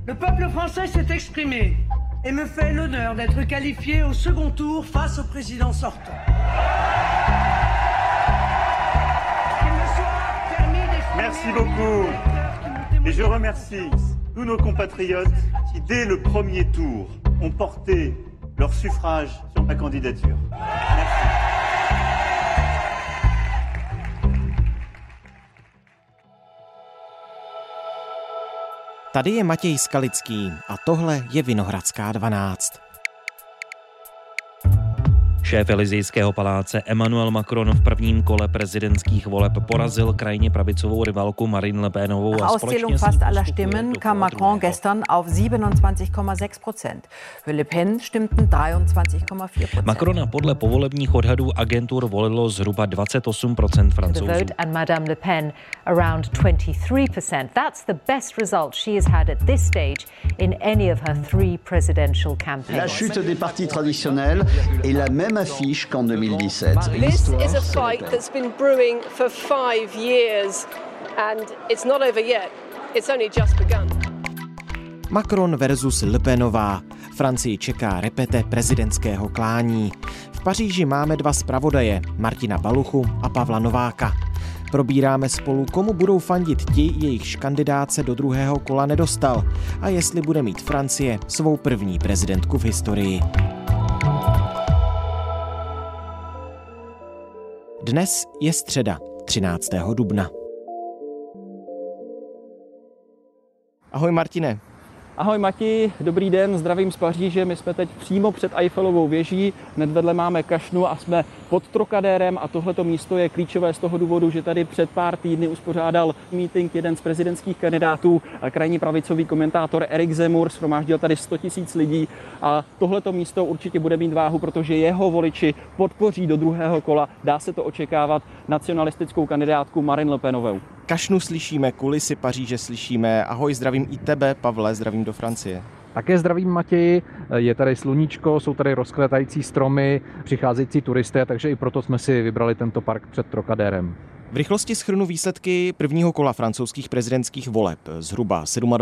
Le peuple français s'est exprimé et me fait l'honneur d'être qualifié au second tour face au président sortant. Merci beaucoup. Et je remercie tous nos compatriotes qui, dès le premier tour, ont porté leur suffrage sur ma candidature. Merci. Tady je Matěj Skalický a tohle je Vinohradská 12. Šéf Elysejského paláce Emmanuel Macron v prvním kole prezidentských voleb porazil krajně pravicovou rivalku Marine Le Penovou. Nach Auszählung fast aller Stimmen kam Macron gestern auf 27,6%. Für Le Pen stimmten 23,4%. Macrona podle povolebních odhadů agentur volilo zhruba 28% Francouzů. The vote and Madame Le Pen around 23%. That's the best result she has had at this stage in any of her three presidential campaigns. La chute des partis traditionnels est la même affiche qu'en 2017. This is a fight that's been brewing for 5 years and it's not over yet. It's only just begun. Macron versus Le Penová. Francii čeká repete prezidentského klání. V Paříži máme dva zpravodaje, Martina Baluchu a Pavla Nováka. Probíráme spolu, komu budou fandit ti, jejichž kandidát se do druhého kola nedostal a jestli bude mít Francie svou první prezidentku v historii. Dnes je středa, 13. dubna. Ahoj Martine. Ahoj Mati, dobrý den, zdravím z Paříže. My jsme teď přímo před Eiffelovou věží, hned vedle máme kašnu a jsme pod Trocadérem a tohleto místo je klíčové z toho důvodu, že tady před pár týdny uspořádal meeting jeden z prezidentských kandidátů, krajní pravicový komentátor Erik Zemmour, shromáždil tady 100 000 lidí a tohleto místo určitě bude mít váhu, protože jeho voliči podpoří do druhého kola, dá se to očekávat, nacionalistickou kandidátku Marine Le Penovou. Kašnu slyšíme, kulisy Paříže slyšíme. Ahoj, zdravím i tebe, Pavle, zdravím do Francie. Také zdravím Matěji, je tady sluníčko, jsou tady rozkvétající stromy, přicházející turisté, takže i proto jsme si vybrali tento park před Trocadérem. V rychlosti shrnu výsledky prvního kola francouzských prezidentských voleb. Zhruba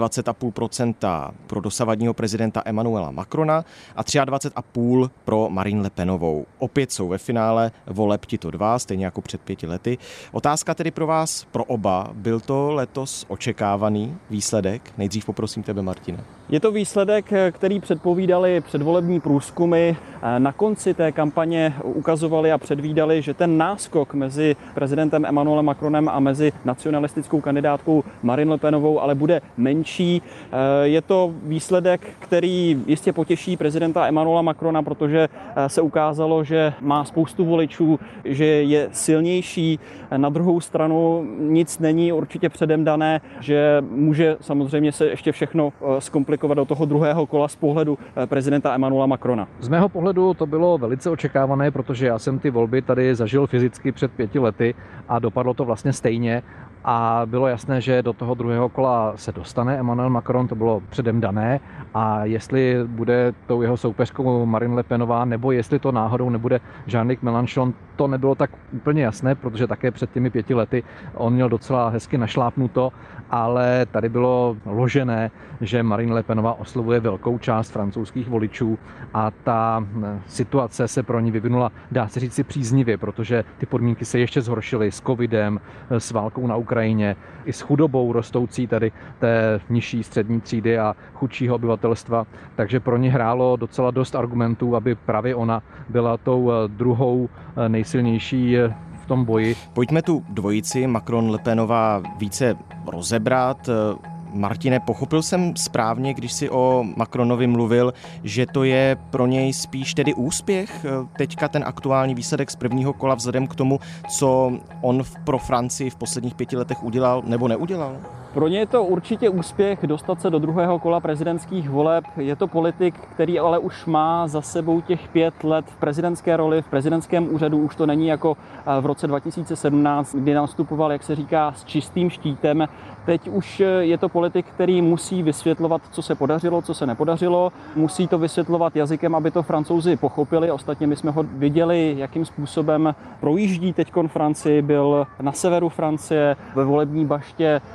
27,5% pro dosavadního prezidenta Emmanuela Macrona a 23,5% pro Marine Le Penovou. Opět jsou ve finále voleb tito dva, stejně jako před 5 lety. Otázka tedy pro vás, pro oba. Byl to letos očekávaný výsledek? Nejdřív poprosím tebe, Martine. Je to výsledek, který předpovídali předvolební průzkumy. Na konci té kampaně ukazovali a předvídali, že ten náskok mezi prezidentem Emmanuelem Macronem a mezi nacionalistickou kandidátkou Marine Le Penovou ale bude menší. Je to výsledek, který jistě potěší prezidenta Emmanuela Macrona, protože se ukázalo, že má spoustu voličů, že je silnější. Na druhou stranu nic není určitě předem dané, že může samozřejmě se ještě všechno zkomplikovat do toho druhého kola z pohledu prezidenta Emmanuela Macrona. Z mého pohledu to bylo velice očekávané, protože já jsem ty volby tady zažil fyzicky před 5 lety a dopadlo to vlastně stejně a bylo jasné, že do toho druhého kola se dostane Emmanuel Macron, to bylo předem dané a jestli bude tou jeho soupeřkou Marine Le Penová nebo jestli to náhodou nebude Jean-Luc Mélenchon, to nebylo tak úplně jasné, protože také před těmi 5 lety on měl docela hezky našlápnuto, ale tady bylo ložené, že Marine Le Penová oslovuje velkou část francouzských voličů a ta situace se pro ní vyvinula, dá se říct si příznivě, protože ty podmínky se ještě zhoršily s covidem, s válkou na Ukrajině, i s chudobou rostoucí tady té nižší střední třídy a chudšího obyvatelstva, takže pro ní hrálo docela dost argumentů, aby právě ona byla tou druhou nejsilnější v tom boji. Pojďme tu dvojici Macron-Le Penová více rozebrat. Martine, pochopil jsem správně, když si o Macronovi mluvil, že to je pro něj spíš tedy úspěch, teďka ten aktuální výsledek z prvního kola vzhledem k tomu, co on pro Francii v posledních 5 letech udělal nebo neudělal? Pro ně je to určitě úspěch dostat se do druhého kola prezidentských voleb. Je to politik, který ale už má za sebou těch 5 let v prezidentské roli, v prezidentském úřadu. Už to není jako v roce 2017, kdy nastupoval, jak se říká, s čistým štítem. Teď už je to politik, který musí vysvětlovat, co se podařilo, co se nepodařilo. Musí to vysvětlovat jazykem, aby to Francouzi pochopili. Ostatně my jsme ho viděli, jakým způsobem projíždí teďkon Francii. Byl na severu Francie, ve volební baště nacionální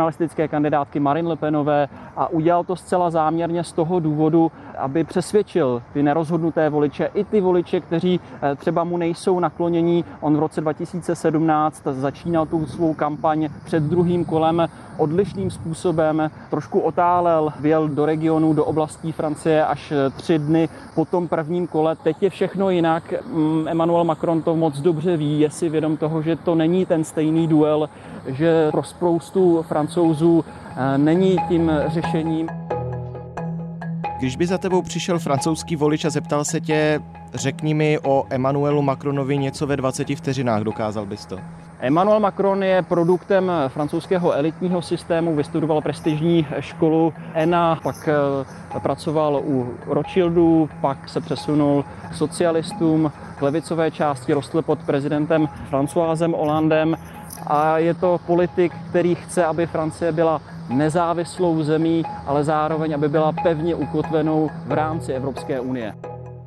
nacionalistické kandidátky Marine Le Penové a udělal to zcela záměrně z toho důvodu, aby přesvědčil ty nerozhodnuté voliče i ty voliče, kteří třeba mu nejsou naklonění. On v roce 2017 začínal tu svou kampaň před druhým kolem odlišným způsobem, trošku otálel, vyjel do regionu, do oblastí Francie až 3 dny po tom prvním kole. Teď je všechno jinak. Emmanuel Macron to moc dobře ví, je si vědom toho, že to není ten stejný duel, že pro spoustu Francouzů není tím řešením. Když by za tebou přišel francouzský volič a zeptal se tě, řekni mi o Emmanuelu Macronovi něco ve 20 vteřinách, dokázal bys to? Emmanuel Macron je produktem francouzského elitního systému, vystudoval prestižní školu ENA, pak pracoval u Rothschildů, pak se přesunul k socialistům, k levicové části, rostl pod prezidentem Françoisem Hollandem a je to politik, který chce, aby Francie byla nezávislou zemí, ale zároveň, aby byla pevně ukotvenou v rámci Evropské unie.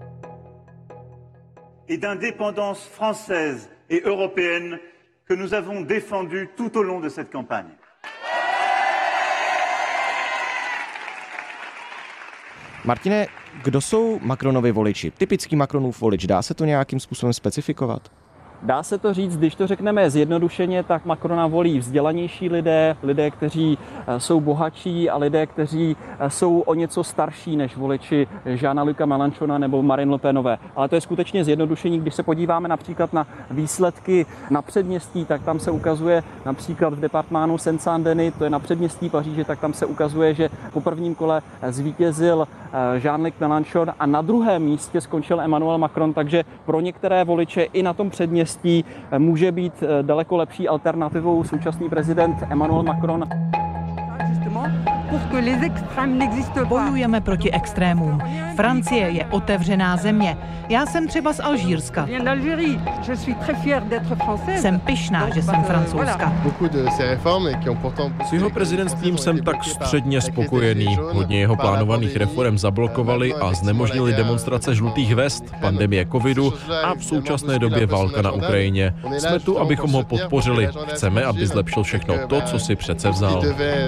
Et d'indépendance française et européenne que nous avons défendu tout au long de cette campagne. Martine, kdo jsou Macronovi voliči? Typický Macronův volič, dá se to nějakým způsobem specifikovat? Dá se to říct, když to řekneme zjednodušeně, tak Macrona volí vzdělanější lidé, kteří jsou bohatší a lidé, kteří jsou o něco starší než voliči Jeana-Luca Mélenchona nebo Marine Le Penové. Ale to je skutečně zjednodušení. Když se podíváme například na výsledky na předměstí, tak tam se ukazuje například v departmánu Seine-Saint-Denis, to je na předměstí Paříže, tak tam se ukazuje, že po prvním kole zvítězil Jean-Luc Mélenchon a na druhém místě skončil Emmanuel Macron, takže pro některé voliče i na tom předměstí může být daleko lepší alternativou současný prezident Emmanuel Macron. Bojujeme proti extrémům. Francie je otevřená země. Já jsem třeba z Alžírska. Jsem pyšná, že jsem Francouzska. S jeho prezidentstvím jsem tak středně spokojený. Hodně jeho plánovaných reforem zablokovali a znemožnili demonstrace žlutých vest, pandemie covidu a v současné době válka na Ukrajině. Jsme tu, abychom ho podpořili. Chceme, aby zlepšil všechno to, co si přece vzal.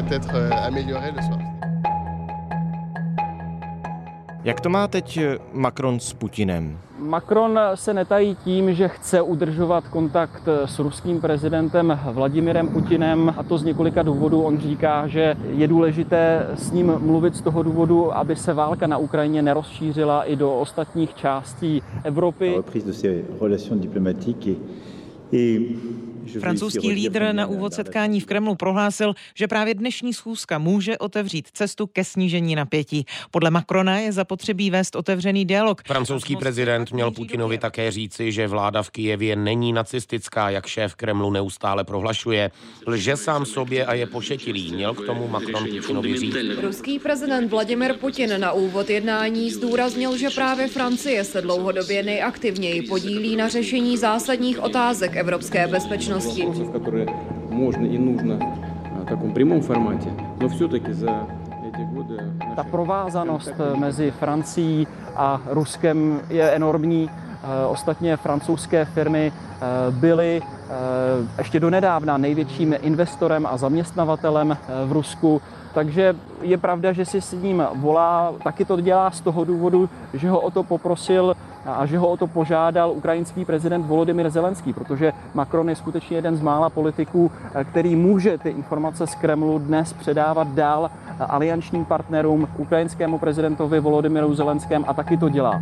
Jak to má teď Macron s Putinem? Macron se netají tím, že chce udržovat kontakt s ruským prezidentem Vladimirem Putinem, a to z několika důvodů. On říká, že je důležité s ním mluvit z toho důvodu, aby se válka na Ukrajině nerozšířila i do ostatních částí Evropy. Francouzský lídr na úvod setkání v Kremlu prohlásil, že právě dnešní schůzka může otevřít cestu ke snížení napětí. Podle Macrona je zapotřebí vést otevřený dialog. Francouzský prezident měl Putinovi také říci, že vláda v Kyjevě není nacistická, jak šéf Kremlu neustále prohlašuje. Lže sám sobě a je pošetilý, měl k tomu Macron Putinovi říct. Ruský prezident Vladimir Putin na úvod jednání zdůraznil, že právě Francie se dlouhodobě nejaktivněji podílí na řešení zásadních otázek evropské bezpečnosti. Ta provázanost mezi Francií a Ruskem je enormní. Ostatně francouzské firmy byly ještě donedávna největším investorem a zaměstnavatelem v Rusku. Takže je pravda, že si s ním volá, taky to dělá z toho důvodu, že ho o to poprosil a že ho o to požádal ukrajinský prezident Volodymyr Zelenský, protože Macron je skutečně jeden z mála politiků, který může ty informace z Kremlu dnes předávat dál aliančním partnerům, ukrajinskému prezidentovi Volodymyru Zelenskému, a taky to dělá.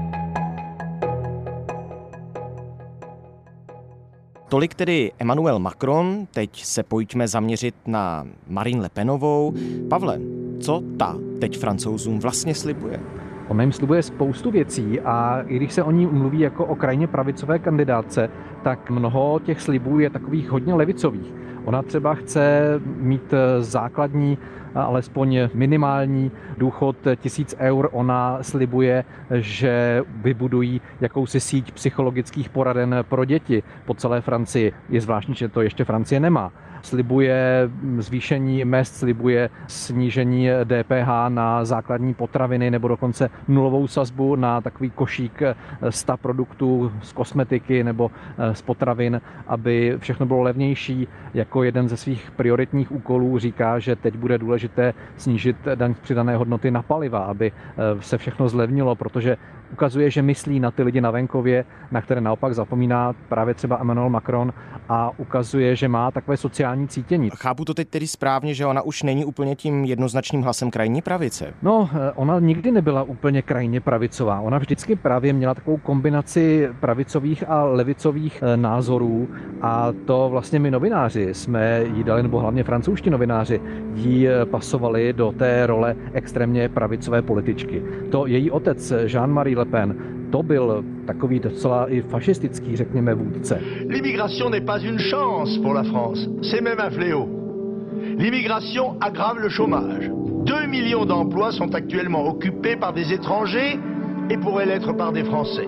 Tolik tedy Emmanuel Macron, teď se pojďme zaměřit na Marine Le Penovou. Pavle, co ta teď Francouzům vlastně slibuje? Ona jim slibuje spoustu věcí a i když se o ní mluví jako o krajně pravicové kandidátce, tak mnoho těch slibů je takových hodně levicových. Ona třeba chce mít základní, alespoň minimální důchod 1000 eur. Ona slibuje, že vybudují jakousi síť psychologických poraden pro děti po celé Francii. Je zvláštní, že to ještě Francie nemá. Slibuje zvýšení mezd, slibuje snížení DPH na základní potraviny nebo dokonce nulovou sazbu na takový košík 100 produktů z kosmetiky nebo z potravin, aby všechno bylo levnější, jako jako jeden ze svých prioritních úkolů říká, že teď bude důležité snížit daň z přidané hodnoty na paliva, aby se všechno zlevnilo, protože ukazuje, že myslí na ty lidi na venkově, na které naopak zapomíná právě třeba Emmanuel Macron, a ukazuje, že má takové sociální cítění. Chápu to teď tedy správně, že ona už není úplně tím jednoznačným hlasem krajní pravice? No, ona nikdy nebyla úplně krajně pravicová. Ona vždycky právě měla takovou kombinaci pravicových a levicových názorů, a to vlastně my novináři jsme jí dali, nebo hlavně francouzští novináři jí pasovali do té role extrémně pravicové političky. To její otec Jean-Marie Le Pen, to byl takový docela i fašistický, řekněme, vůdce. L'immigration n'est pas une chance pour la France, c'est même un fléau. L'immigration aggrave le chômage. 2 millions d'emplois sont actuellement occupés par des étrangers et pourraient l'être par des Français.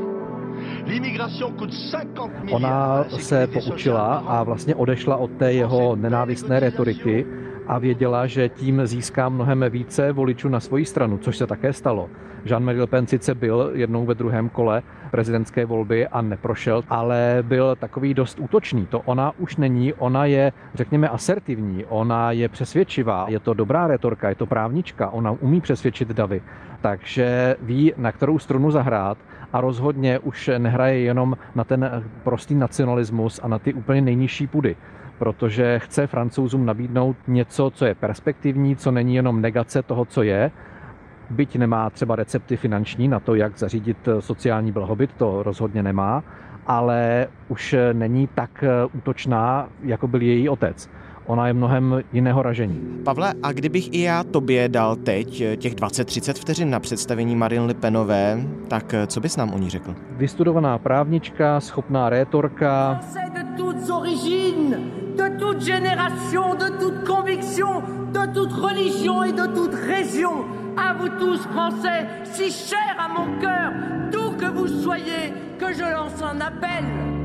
Ona se poučila a vlastně odešla od té jeho nenávistné retoriky a věděla, že tím získá mnohem více voličů na svoji stranu, což se také stalo. Jean-Marie Le Pen sice byl jednou ve druhém kole prezidentské volby a neprošel, ale byl takový dost útočný. To ona už není, ona je, řekněme, asertivní, ona je přesvědčivá, je to dobrá retorka, je to právnička, ona umí přesvědčit davy, takže ví, na kterou strunu zahrát, a rozhodně už nehraje jenom na ten prostý nacionalismus a na ty úplně nejnižší pudy, protože chce Francouzům nabídnout něco, co je perspektivní, co není jenom negace toho, co je, byť nemá třeba recepty finanční na to, jak zařídit sociální blahobyt, to rozhodně nemá, ale už není tak útočná, jako byl její otec. Ona je mnohem jiného ražení. Pavle, a kdybych i já tobě dal teď těch 20-30 vteřin na představení Marine Le Penové, tak co bys nám o ní řekl? Vystudovaná právnička, schopná rétorka. De toutes origines, de toute génération, de toute conviction, de toute religion et de toute région. À vous tous Français, si chers à mon cœur, d'où que vous soyez, que je lance un appel.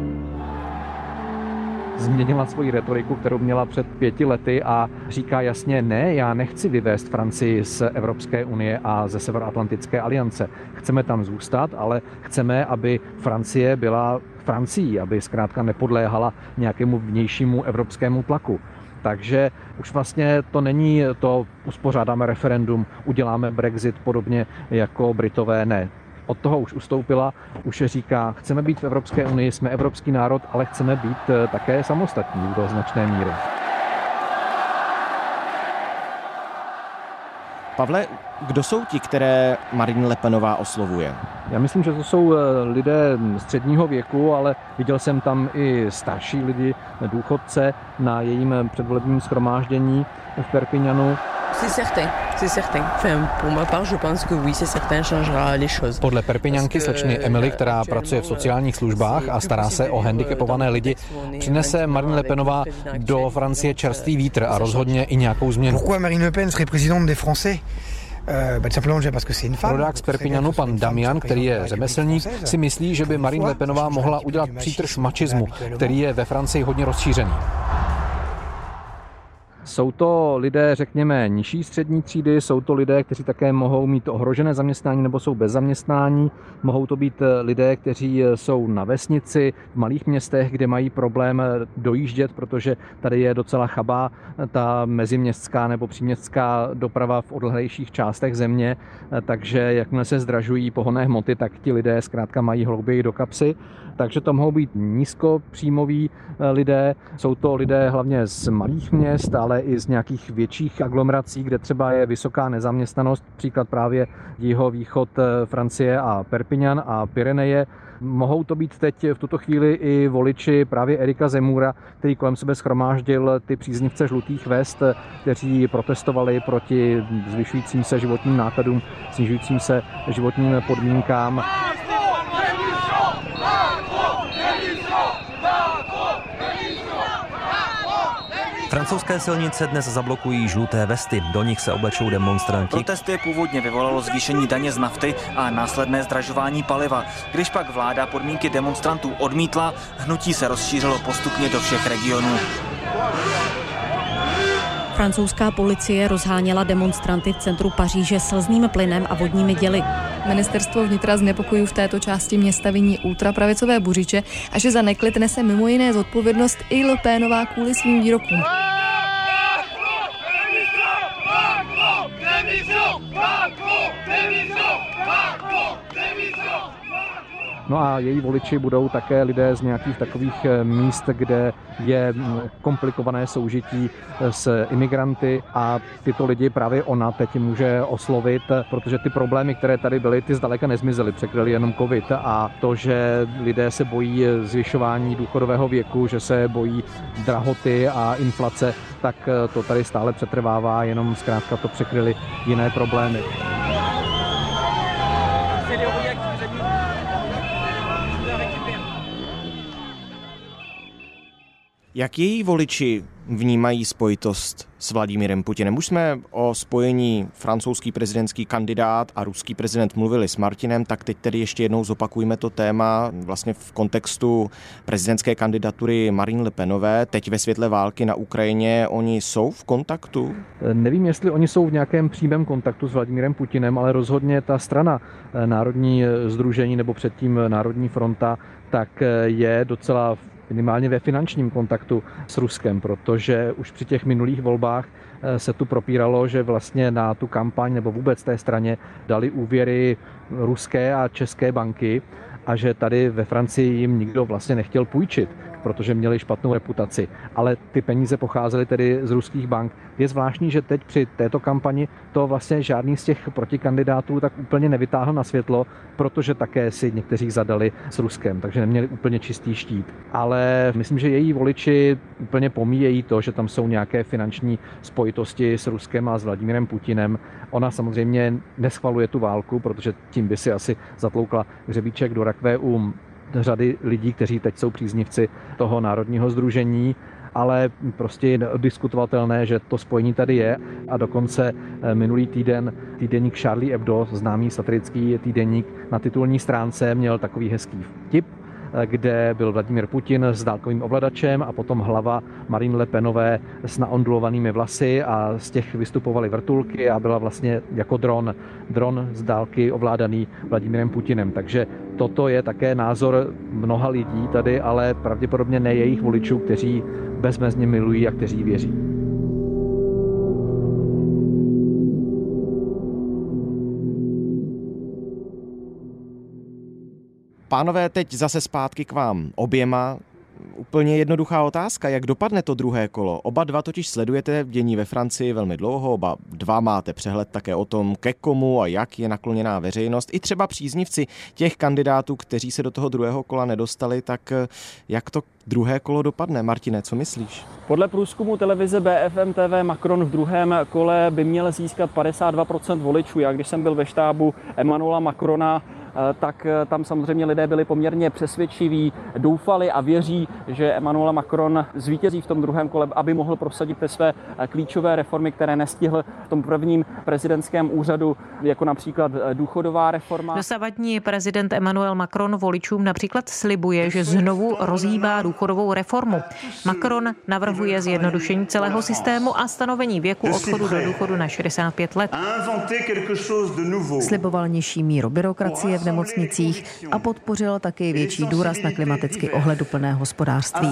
Změnila svoji retoriku, kterou měla před 5 lety, a říká jasně: ne, já nechci vyvést Francii z Evropské unie a ze Severoatlantické aliance. Chceme tam zůstat, ale chceme, aby Francie byla Francií, aby zkrátka nepodléhala nějakému vnějšímu evropskému tlaku. Takže už vlastně to není to, uspořádáme referendum, uděláme Brexit podobně jako Britové, ne. Od toho už ustoupila, už říká, chceme být v Evropské unii, jsme evropský národ, ale chceme být také samostatní do značné míry. Pavle, kdo jsou ti, které Marine Le Penová oslovuje? Já myslím, že to jsou lidé středního věku, ale viděl jsem tam i starší lidi, důchodce na jejím předvolebním shromáždění v Perpignanu. Podle Perpignanky slečny Emily, která pracuje v sociálních službách a stará se o handicapované lidi, přinese Marine Le Penová do Francie čerstvý vítr a rozhodně i nějakou změnu. Rodák z Perpignanu, pan Damian, který je řemeslník, si myslí, že by Marine Le Penová mohla udělat přítrž mačismu, který je ve Francii hodně rozšířený. Jsou to lidé, řekněme, nižší střední třídy, jsou to lidé, kteří také mohou mít ohrožené zaměstnání nebo jsou bez zaměstnání, mohou to být lidé, kteří jsou na vesnici, v malých městech, kde mají problém dojíždět, protože tady je docela chabá ta meziměstská nebo příměstská doprava v odlehlejších částech země, takže jakmile se zdražují pohonné hmoty, tak ti lidé zkrátka mají hlouběji do kapsy. Takže to mohou být nízkopříjmoví lidé, jsou to lidé hlavně z malých měst, ale i z nějakých větších aglomerací, kde třeba je vysoká nezaměstnanost, příklad právě jihovýchod Francie a Perpignan a Pyreneje. Mohou to být teď v tuto chvíli i voliči právě Erika Zemmoura, který kolem sebe shromáždil ty příznivce žlutých vest, kteří protestovali proti zvyšujícím se životním nákladům, snižujícím se životním podmínkám. Francouzské silnice dnes zablokují žluté vesty, do nich se oblečou demonstranti. Protesty původně vyvolalo zvýšení daně z nafty a následné zdražování paliva. Když pak vláda podmínky demonstrantů odmítla, hnutí se rozšířilo postupně do všech regionů. Francouzská policie rozháněla demonstranty v centru Paříže slzným plynem a vodními děly. Ministerstvo vnitra znepokojů v této části města viní ultrapravicové buřiče a že za neklid nese mimo jiné zodpovědnost i Le Penová kvůli svým výrokům. No a její voliči budou také lidé z nějakých takových míst, kde je komplikované soužití s imigranty a tyto lidi právě ona teď může oslovit, protože ty problémy, které tady byly, ty zdaleka nezmizely, překryly jenom covid a to, že lidé se bojí zvyšování důchodového věku, že se bojí drahoty a inflace, tak to tady stále přetrvává, jenom zkrátka to překryly jiné problémy. Jak její voliči vnímají spojitost s Vladimírem Putinem? Už jsme o spojení francouzský prezidentský kandidát a ruský prezident mluvili s Martinem, tak teď tedy ještě jednou zopakujme to téma vlastně v kontextu prezidentské kandidatury Marine Le Penové. Teď ve světle války na Ukrajině oni jsou v kontaktu? Nevím, jestli oni jsou v nějakém přímém kontaktu s Vladimírem Putinem, ale rozhodně ta strana Národní sdružení nebo předtím Národní fronta, tak je docela minimálně ve finančním kontaktu s Ruskem, protože už při těch minulých volbách se tu propíralo, že vlastně na tu kampaň nebo vůbec té straně dali úvěry ruské a české banky a že tady ve Francii jim nikdo vlastně nechtěl půjčit, protože měli špatnou reputaci. Ale ty peníze pocházely tedy z ruských bank. Je zvláštní, že teď při této kampani to vlastně žádný z těch protikandidátů tak úplně nevytáhl na světlo, protože také si někteří zadali s Ruskem, takže neměli úplně čistý štít. Ale myslím, že její voliči úplně pomíjejí to, že tam jsou nějaké finanční spojitosti s Ruskem a s Vladimírem Putinem. Ona samozřejmě neschvaluje tu válku, protože tím by si asi zatloukla hřebíček do rakve u řady lidí, kteří teď jsou příznivci toho národního sdružení, ale prostě je diskutovatelné, že to spojení tady je a dokonce minulý týden týdeník Charlie Hebdo, známý satirický týdeník, na titulní stránce měl takový hezký vtip, kde byl Vladimír Putin s dálkovým ovladačem a potom hlava Marine Le Penové s naondulovanými vlasy a z těch vystupovaly vrtulky a byla vlastně jako dron z dálky ovládaný Vladimírem Putinem. Takže toto je také názor mnoha lidí tady, ale pravděpodobně ne jejich voličů, kteří bezmezně milují a kteří věří. Pánové, teď zase zpátky k vám oběma. Úplně jednoduchá otázka, jak dopadne to druhé kolo? Oba dva totiž sledujete dění ve Francii velmi dlouho, oba dva máte přehled také o tom, ke komu a jak je nakloněná veřejnost. I třeba příznivci těch kandidátů, kteří se do toho druhého kola nedostali, tak jak to druhé kolo dopadne? Martine, co myslíš? Podle průzkumu televize BFM TV Macron v druhém kole by měl získat 52% voličů. Já když jsem byl ve štábu Emmanuela Macrona, tak tam samozřejmě lidé byli poměrně přesvědčiví, doufali a věří, že Emmanuel Macron zvítězí v tom druhém kole, aby mohl prosadit ty své klíčové reformy, které nestihl v tom prvním prezidentském úřadu, jako například důchodová reforma. Dosavadní prezident Emmanuel Macron voličům například slibuje, že znovu rozhýbá důchodovou reformu. Macron navrhuje zjednodušení celého systému a stanovení věku odchodu do důchodu na 65 let. Sliboval nižší míru byrokracie v nemocnicích a podpořil taky větší důraz na klimaticky ohleduplné hospodářství.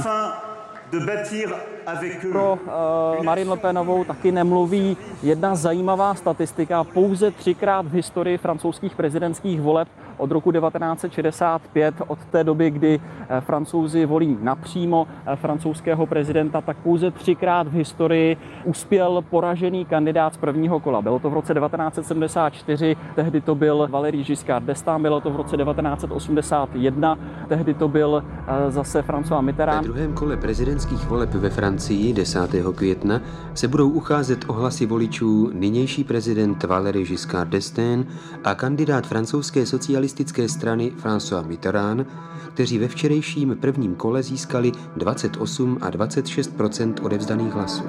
Pro Marine Le Penovou taky nemluví jedna zajímavá statistika. Pouze 3krát v historii francouzských prezidentských voleb od roku 1965, od té doby, kdy Francouzi volí napřímo francouzského prezidenta, tak pouze 3krát v historii uspěl poražený kandidát z prvního kola. Bylo to v roce 1974, tehdy to byl Valéry Giscard d'Estaing, bylo to v roce 1981, tehdy to byl zase François Mitterrand. Ve druhém kole prezidentských voleb ve Francii 10. května se budou ucházet o hlasy voličů nynější prezident Valéry Giscard d'Estaing a kandidát francouzské socialistické strany François Mitterrand, kteří ve včerejším prvním kole získali 28 a 26% odevzdaných hlasů.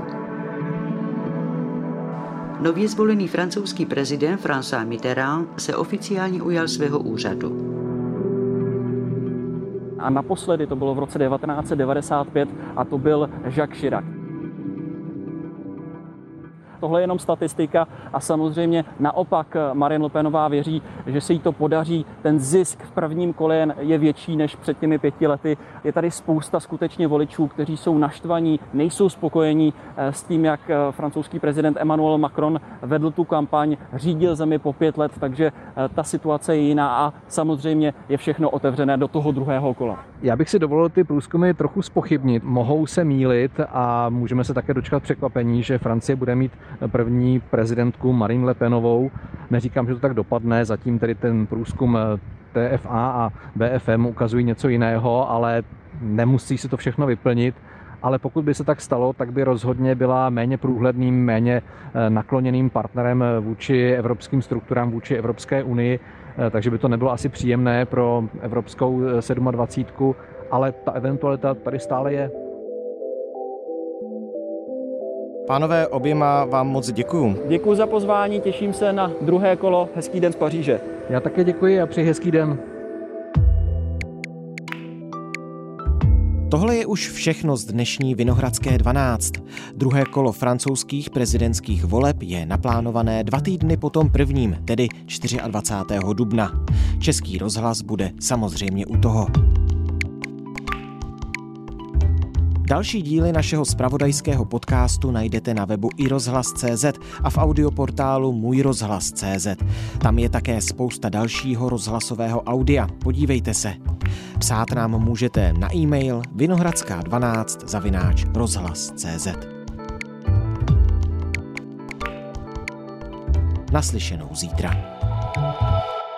Nově zvolený francouzský prezident François Mitterrand se oficiálně ujal svého úřadu. A naposledy to bylo v roce 1995 a to byl Jacques Chirac. tohle je jenom statistika a samozřejmě naopak Marine Le Penová věří, že se jí to podaří. Ten zisk v prvním kole je větší než před těmi 5 lety. Je tady spousta skutečně voličů, kteří jsou naštvaní, nejsou spokojení s tím, jak francouzský prezident Emmanuel Macron vedl tu kampaň, řídil zemi po 5 let, takže ta situace je jiná a samozřejmě je všechno otevřené do toho druhého kola. Já bych si dovolil ty průzkumy trochu zpochybnit. Mohou se mýlit a můžeme se také dočkat překvapení, že Francie bude mít první prezidentku Marine Le Penovou. Neříkám, že to tak dopadne, zatím tedy ten průzkum TFA a BFM ukazují něco jiného, ale nemusí se to všechno vyplnit. Ale pokud by se tak stalo, tak by rozhodně byla méně průhledným, méně nakloněným partnerem vůči evropským strukturám, vůči Evropské unii, takže by to nebylo asi příjemné pro evropskou 27, ale ta eventualita tady stále je. Pánové, oběma vám moc děkuju. Děkuji za pozvání, těším se na druhé kolo. Hezký den z Paříže. Já také děkuji a přeji hezký den. Tohle je už všechno z dnešní Vinohradské 12. Druhé kolo francouzských prezidentských voleb je naplánované 2 týdny po tom prvním, tedy 24. dubna. Český rozhlas bude samozřejmě u toho. Další díly našeho zpravodajského podcastu najdete na webu iRozhlas.cz a v audioportálu můjrozhlas.cz. Tam je také spousta dalšího rozhlasového audia. Podívejte se. Psát nám můžete na e-mail vinohradská12@rozhlas.cz. Naslyšenou zítra.